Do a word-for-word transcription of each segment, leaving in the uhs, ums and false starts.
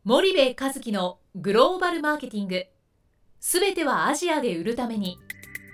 森部一樹のグローバルマーケティング、すべてはアジアで売るために。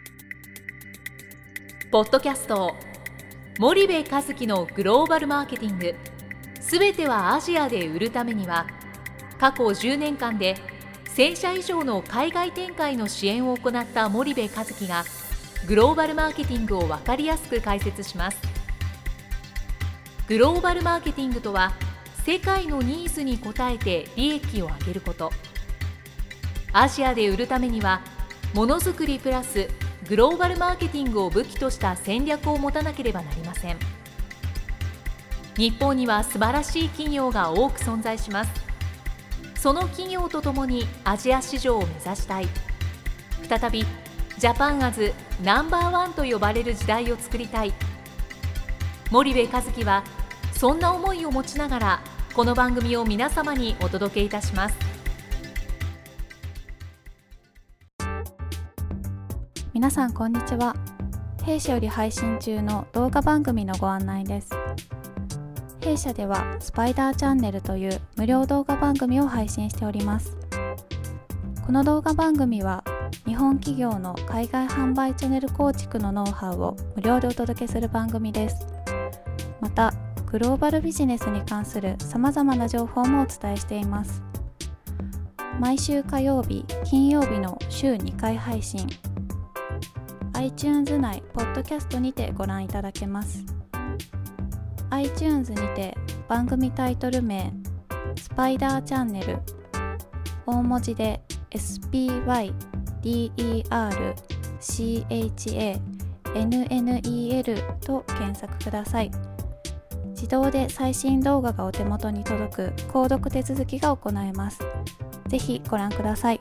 ポッドキャスト森部一樹のグローバルマーケティング、すべてはアジアで売るためには、過去じゅうねんかんでせんしゃ以上の海外展開の支援を行った森部一樹がグローバルマーケティングを分かりやすく解説します。グローバルマーケティングとは、世界のニーズに応えて利益を上げること。アジアで売るためには、ものづくりプラスグローバルマーケティングを武器とした戦略を持たなければなりません。日本には素晴らしい企業が多く存在します。その企業とともにアジア市場を目指したい。再びジャパンアズナンバーワンと呼ばれる時代を作りたい。森部一樹はそんな思いを持ちながら、この番組を皆様にお届けいたします。 皆さんこんにちは。弊社より配信中の動画番組のご案内です。弊社ではスパイダーチャンネルという無料動画番組を配信しております。この動画番組は日本企業の海外販売チャンネル構築のノウハウを無料でお届けする番組です。またグローバルビジネスに関するさまざまな情報もお伝えしています。毎週火曜日、金曜日の週にかい配信、iTunes 内ポッドキャストにてご覧いただけます。 iTunes にて番組タイトル名スパイダーチャンネル、大文字で エスピーワイディーイーアールシーエイチエーエヌエヌイーエル と検索ください。自動で最新動画がお手元に届く購読手続きが行えます。ぜひご覧ください。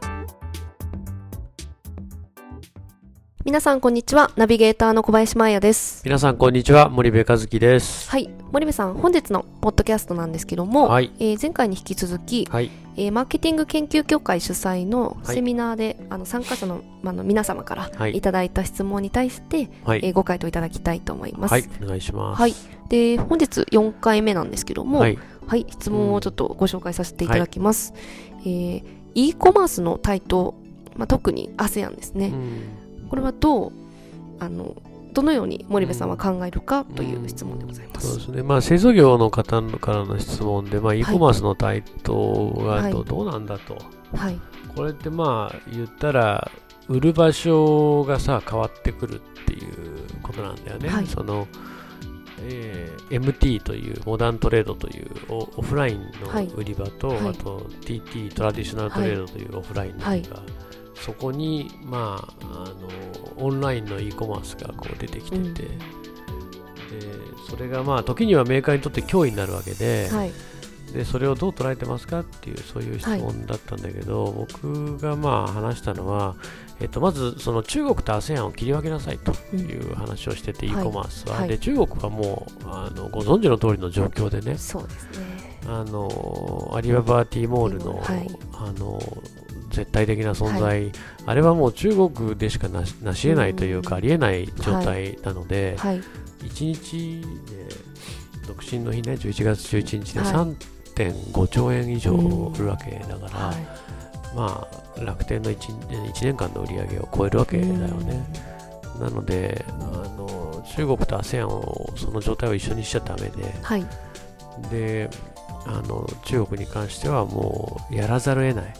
皆さんこんにちは。ナビゲーターの小林真彩です。 皆さんこんにちは。森部一樹です。 はい、森部さん、本日のポッドキャストなんですけども、はい、えー、前回に引き続き、はい、えー、マーケティング研究協会主催のセミナーで、はい、あの参加者の、あの皆様からいただいた質問に対して、はい、えー、ご回答いただきたいと思います。 はい、お願いします。 はい、で本日よんかいめなんですけども、はい、はい、質問をちょっとご紹介させていただきます。はい、えー、e コマースの台頭、まあ、特に アセアン ですね。うん、これはどうあのどのように森部さんは考えるかという質問でございます。 うん、そうですね。まあ製造業の方からの質問で、まあ e コマースの台頭がどうなんだと。はい。これってまあ言ったら売る場所がさ変わってくるっていうことなんだよね。はい、その、えー、エムティー というモダントレードというオフラインの売り場と、はい、あと ティーティー トラディショナルトレードというオフラインの売り場。はい、そこに、まあ、あのオンラインの e コマースがこう出てきてて、うん、でそれがまあ時にはメーカーにとって脅威になるわけで、はい、でそれをどう捉えてますかっていうそういう質問だったんだけど、はい、僕がまあ話したのは、えっと、まずその中国と アセアン を切り分けなさいという話をしてて、うん、e コマースは、はい、で中国はもうあのご存知の通りの状況でね、そうですね、あのアリババ T モールの、はい、あの絶対的な存在、はい、あれはもう中国でしか なし、なし得ないというか、うん、ありえない状態なので、はいはい、いちにちで独身の日ね、じゅういちがつじゅういちにちで さんてんごちょうえん以上売るわけだから、うん、はい、まあ楽天の 1, 1年間の売り上げを超えるわけだよね。うん、なのであの中国と アセアン をその状態を一緒にしちゃダメで、はい、であの中国に関してはもうやらざるを得ない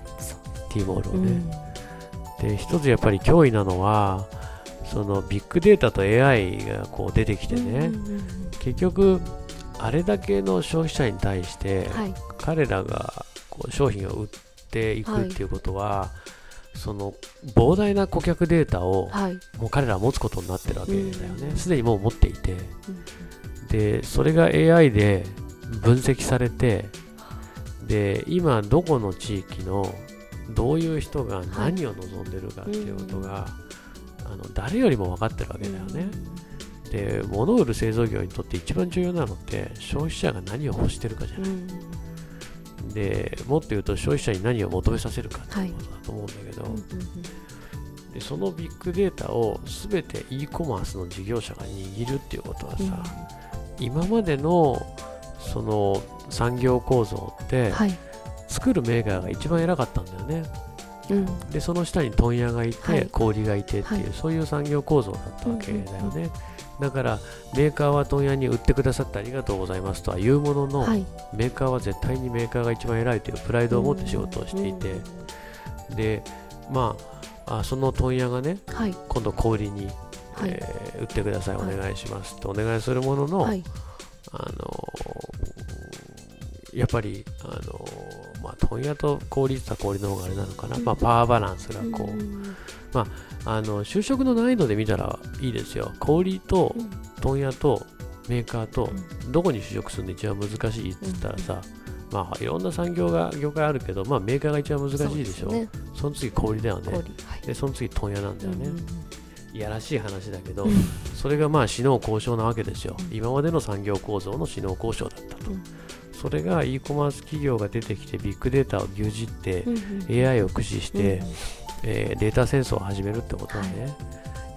T モールをね、うん、で一つやっぱり脅威なのはそのビッグデータと エーアイ がこう出てきてね、うんうんうん、結局あれだけの消費者に対して、はい、彼らがこう商品を売っていくっていうことは、はい、その膨大な顧客データを、はい、もう彼らは持つことになってるわけだよね。すで、うん、にもう持っていて、うん、でそれが エーアイ で分析されて、で今どこの地域のどういう人が何を望んでるかっていうことが、はい、あの誰よりも分かってるわけだよね。うん、で物を売る製造業にとって一番重要なのって消費者が何を欲してるかじゃない。うん、でもっと言うと消費者に何を求めさせるかっていうことだと思うんだけど、はい、でそのビッグデータを全て e コマースの事業者が握るっていうことはさ、うん、今までのその産業構造って、はい、 作るメーカーが一番偉かったんだよね。うん、でその下に問屋がいて、はい、小売がいてっていう、はい、そういう産業構造だったわけだよね、うんうんうん、だからメーカーは問屋に売ってくださってありがとうございますとは言うものの、はい、メーカーは絶対にメーカーが一番偉いというプライドを持って仕事をしていて、うんうん、でまあ、あその問屋がね、はい、今度小売に、はいえー、売ってくださいお願いしますとお願いするものの、はい、あのやっぱりあのまあ、問屋と小売って小売の方があれなのかな、うんまあ、パワーバランスがこう、うん、まあ、あの就職の難易度で見たらいいですよ。小売と問屋とメーカーとどこに就職するの一番難しいって言ったらさ、うん、まあいろんな産業が業界あるけど、まあ、メーカーが一番難しいでしょ。 そ,、ね、その次小売だよね、はい、でその次問屋なんだよね、うん、いやらしい話だけど、うん、それがまあ首脳交渉なわけですよ、うん、今までの産業構造の首脳交渉だったと、うんそれが e コマース企業が出てきてビッグデータを牛耳って、うんうん、エーアイ を駆使して、うんえー、データ戦争を始めるってことはね、はい、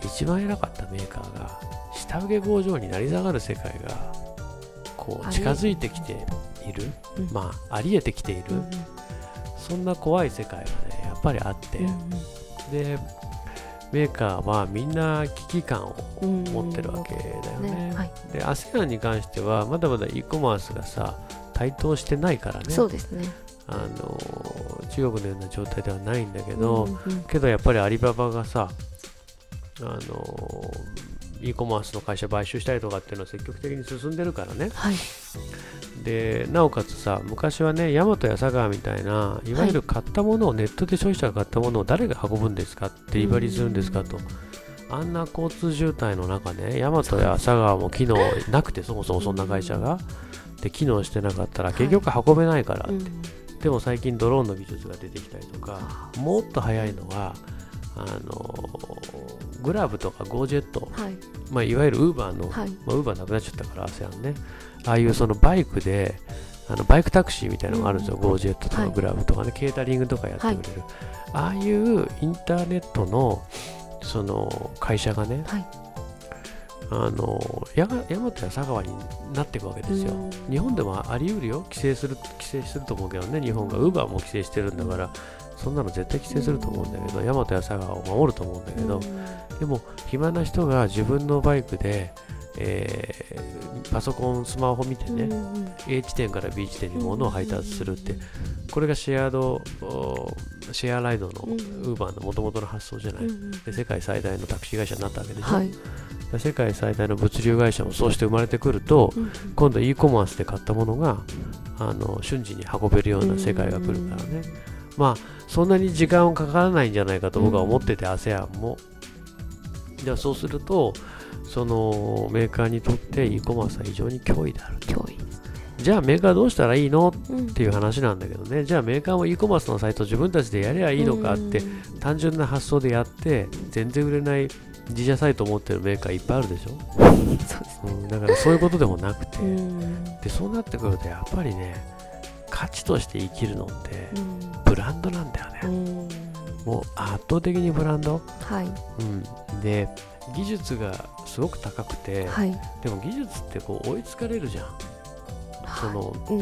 一番偉かったメーカーが下請け工場になり下がる世界がこう近づいてきている、まああり得てきている、うん、そんな怖い世界はねやっぱりあって、うん、でメーカーはみんな危機感を持ってるわけだよね。ねはい、で アセアン に関してはまだまだ e コマースがさ台頭してないからね。 そうですね。 あの中国のような状態ではないんだけど、うんうん、けどやっぱりアリババがさあの e コマースの会社買収したりとかっていうのは積極的に進んでるからね。はい、でなおかつさ昔はねヤマトや佐川みたいないわゆる買ったものを、はい、ネットで消費者が買ったものを誰が運ぶんですかデリバリーするんですかと、あんな交通渋滞の中ねヤマトや佐川も機能なくてそもそもそんな会社がで機能してなかったら結局運べないからって、はい、でも最近ドローンの技術が出てきたりとかもっと早いのはあのグラブとかゴージェット、はいまあ、いわゆるウーバーの、はいまあ、ウーバーなくなっちゃったから アセアン ねああいうそのバイクであのバイクタクシーみたいなのがあるんですよ、うん、ゴージェットとかグラブとかね、はい、ケータリングとかやってくれる、はい、ああいうインターネットのその会社がね、はい、あのヤマトや佐川になっていくわけですよ、うん、日本でもあり得るよ規制する規制すると思うけどね日本がウーバーも規制してるんだからそんなの絶対規制すると思うんだけど、ヤマトや佐川を守ると思うんだけど、うん、でも暇な人が自分のバイクでえー、パソコン、スマホ見てね、うん、A 地点から B 地点に物を配達するって、これがシェアド、シェアライドのウーバーの元々の発想じゃない、うん、で世界最大のタクシー会社になったわけでしょ、はい、世界最大の物流会社もそうして生まれてくると、うん、今度 e コマースで買ったものがあの瞬時に運べるような世界が来るからね、うん、まあそんなに時間かからないんじゃないかと僕は思ってて、うん、アセアン もじゃあそうするとそのメーカーにとって e コマースは非常に脅威である。 脅威。 じゃあメーカーどうしたらいいのっていう話なんだけどね、うん、じゃあメーカーも e コマースのサイト自分たちでやればいいのかって単純な発想でやって全然売れない自社サイトを持ってるメーカーいっぱいあるでしょ。そうですね、うん、だからそういうことでもなくて、うん、でそうなってくるとやっぱりね価値として生きるのってブランドなんだよね、うん、もう圧倒的にブランド、はいうん、で技術がすごく高くて、はい、でも技術ってこう追いつかれるじゃん、はい、そのうん、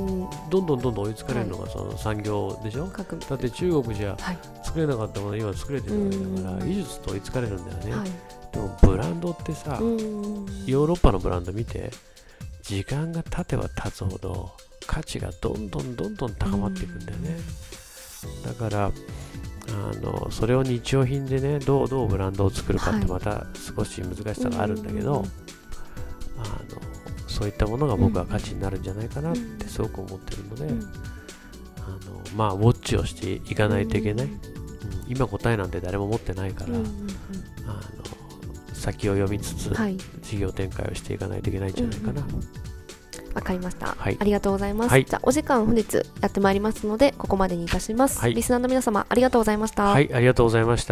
どんどんどんどん追いつかれるのがその産業でしょ、はい、だって中国じゃ作れなかったもの今作れてるわけだから、技術と追いつかれるんだよね、はい、でもブランドってさ、ヨーロッパのブランド見て時間が経てば経つほど価値がどんどんどんどん高まっていくんだよね。だからあのそれを日用品でねどうどうブランドを作るかってまた少し難しさがあるんだけど、はい、あのそういったものが僕は価値になるんじゃないかなってすごく思ってるので、うん、あのまあウォッチをしていかないといけない、うん、今答えなんて誰も持ってないから、うん、あの先を読みつつ、はい、事業展開をしていかないといけないんじゃないかな。うんうんわかりました、はい、ありがとうございます、はい、じゃあお時間本日やってまいりますのでここまでにいたします、はい、リスナーの皆様ありがとうございました。 はい、ありがとうございました。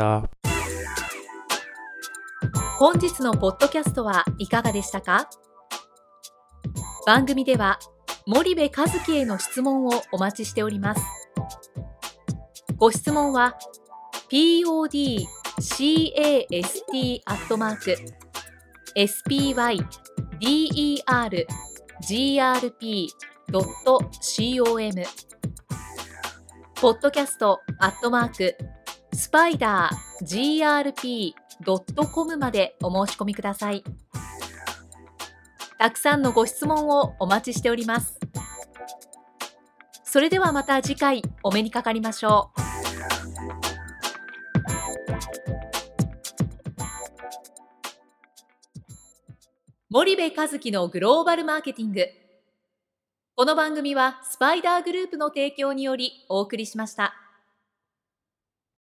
本日のポッドキャストはいかがでしたか？番組では森部一樹への質問をお待ちしております。ご質問は ピーオーディーキャスト アットマーク エスピーワイディーイーアールジーアールピードットコムポッドキャストアットマークスパイダー ジーアールピードットコム までお申し込みください。たくさんのご質問をお待ちしております。それではまた次回お目にかかりましょう。森部一樹のグローバルマーケティング。この番組はスパイダーグループの提供によりお送りしました。